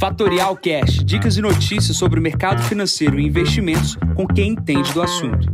Fatorial Cash, dicas e notícias sobre o mercado financeiro e investimentos com quem entende do assunto.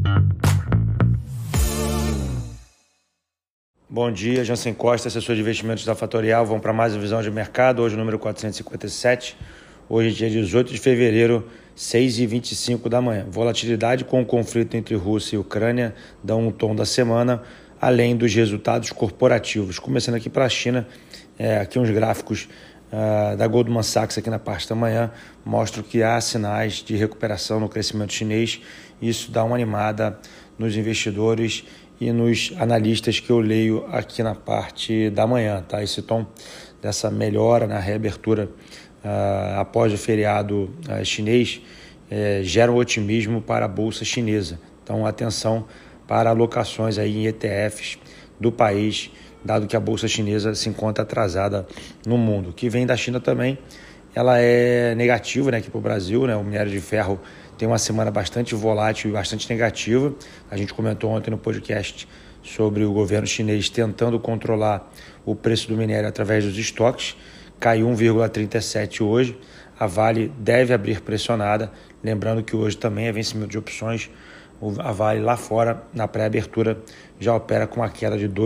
Bom dia, Jansen Costa, assessor de investimentos da Fatorial. Vamos para mais uma visão de mercado, hoje o número 457. Hoje, dia 18 de fevereiro, 6h25 da manhã. Volatilidade com o conflito entre Rússia e Ucrânia dão um tom da semana, além dos resultados corporativos. Começando aqui para a China, aqui uns gráficos da Goldman Sachs aqui na parte da manhã mostram que há sinais de recuperação no crescimento chinês. Isso dá uma animada nos investidores e nos analistas que eu leio aqui na parte da manhã, tá? Esse tom dessa melhora na reabertura após o feriado chinês gera um otimismo para a bolsa chinesa. Então, atenção para alocações aí em ETFs do país, dado que a bolsa chinesa se encontra atrasada no mundo. O que vem da China também, ela é negativa, né, aqui para o Brasil, né? O minério de ferro tem uma semana bastante volátil e bastante negativa. A gente comentou ontem no podcast sobre o governo chinês tentando controlar o preço do minério através dos estoques. Caiu 1,37 hoje. A Vale deve abrir pressionada. Lembrando que hoje também é vencimento de opções. A Vale lá fora, na pré-abertura, já opera com uma queda de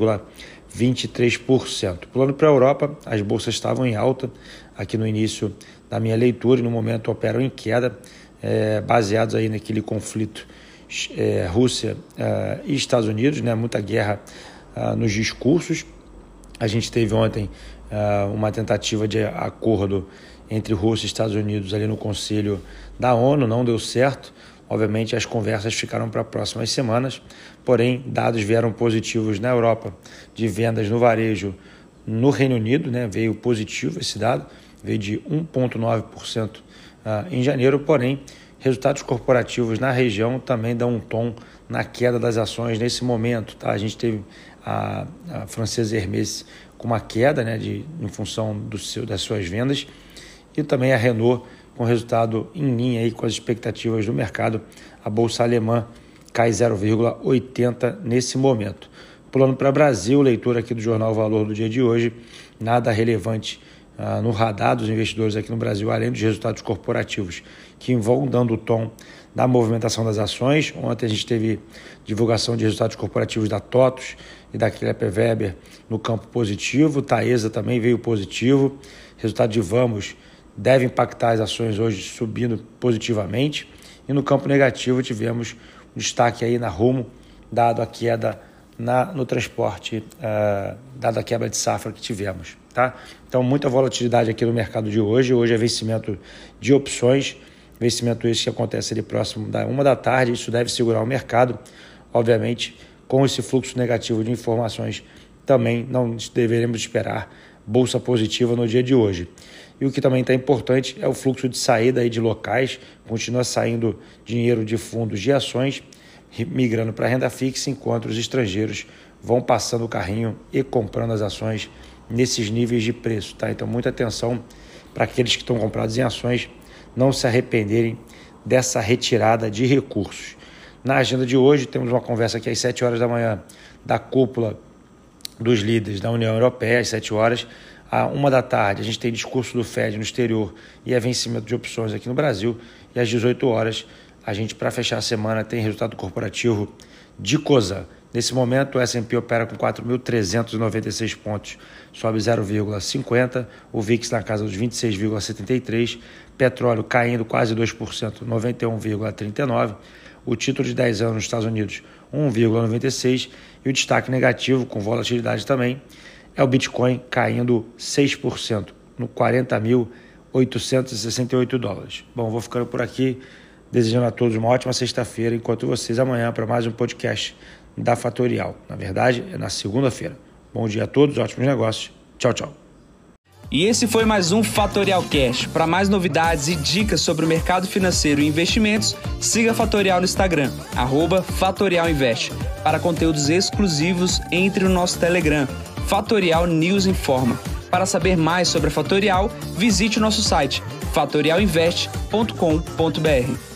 2,23%. Pulando para a Europa, as bolsas estavam em alta aqui no início da minha leitura e no momento operam em queda, baseados aí naquele conflito Rússia e Estados Unidos, né? Muita guerra nos discursos. A gente teve ontem uma tentativa de acordo entre Rússia e Estados Unidos ali no Conselho da ONU, não deu certo. Obviamente as conversas ficaram para próximas semanas, porém dados vieram positivos na Europa de vendas no varejo no Reino Unido, né? Veio positivo esse dado, veio de 1,9% em janeiro, porém resultados corporativos na região também dão um tom na queda das ações nesse momento, tá? A gente teve a francesa Hermès com uma queda, né, em função das suas vendas, e também a Renault com resultado em linha aí com as expectativas do mercado. A bolsa alemã cai 0,80 nesse momento. Pulando para o Brasil, leitura aqui do Jornal Valor do dia de hoje, nada relevante no radar dos investidores aqui no Brasil, além dos resultados corporativos que vão dando o tom da movimentação das ações. Ontem a gente teve divulgação de resultados corporativos da TOTVS e da Kepler Weber no campo positivo. Taesa também veio positivo. Resultado de Vamos deve impactar as ações hoje subindo positivamente. E no campo negativo tivemos um destaque aí na Rumo, dado a queda no transporte, dado a quebra de safra que tivemos, tá? Então, muita volatilidade aqui no mercado de hoje. Hoje é vencimento de opções, vencimento esse que acontece ali próximo da 1 da tarde. Isso deve segurar o mercado. Obviamente, com esse fluxo negativo de informações, também não deveremos esperar bolsa positiva no dia de hoje. E o que também está importante é o fluxo de saída aí de locais. Continua saindo dinheiro de fundos de ações, migrando para a renda fixa, enquanto os estrangeiros vão passando o carrinho e comprando as ações nesses níveis de preço, tá? Então, muita atenção para aqueles que estão comprados em ações não se arrependerem dessa retirada de recursos. Na agenda de hoje, temos uma conversa aqui às 7 horas da manhã da cúpula dos líderes da União Europeia, às 7 horas. À 1 da tarde, a gente tem discurso do FED no exterior e vencimento de opções aqui no Brasil. E às 18 horas, a gente, para fechar a semana, tem resultado corporativo de Cosan. Nesse momento, o S&P opera com 4.396 pontos, sobe 0,50%. O VIX na casa dos 26,73%. Petróleo caindo quase 2%, 91,39%. O título de 10 anos nos Estados Unidos, 1,96%. E o destaque negativo, com volatilidade também, é o Bitcoin caindo 6%, no 40.868 dólares. Bom, vou ficando por aqui, desejando a todos uma ótima sexta-feira. Encontro vocês amanhã para mais um podcast da Fatorial. Na verdade, é na segunda-feira. Bom dia a todos, ótimos negócios. Tchau, tchau. E esse foi mais um Fatorial Cash. Para mais novidades e dicas sobre o mercado financeiro e investimentos, siga a Fatorial no Instagram, @FatorialInvest. Para conteúdos exclusivos, entre no nosso Telegram, Fatorial News Informa. Para saber mais sobre a Fatorial, visite o nosso site fatorialinvest.com.br.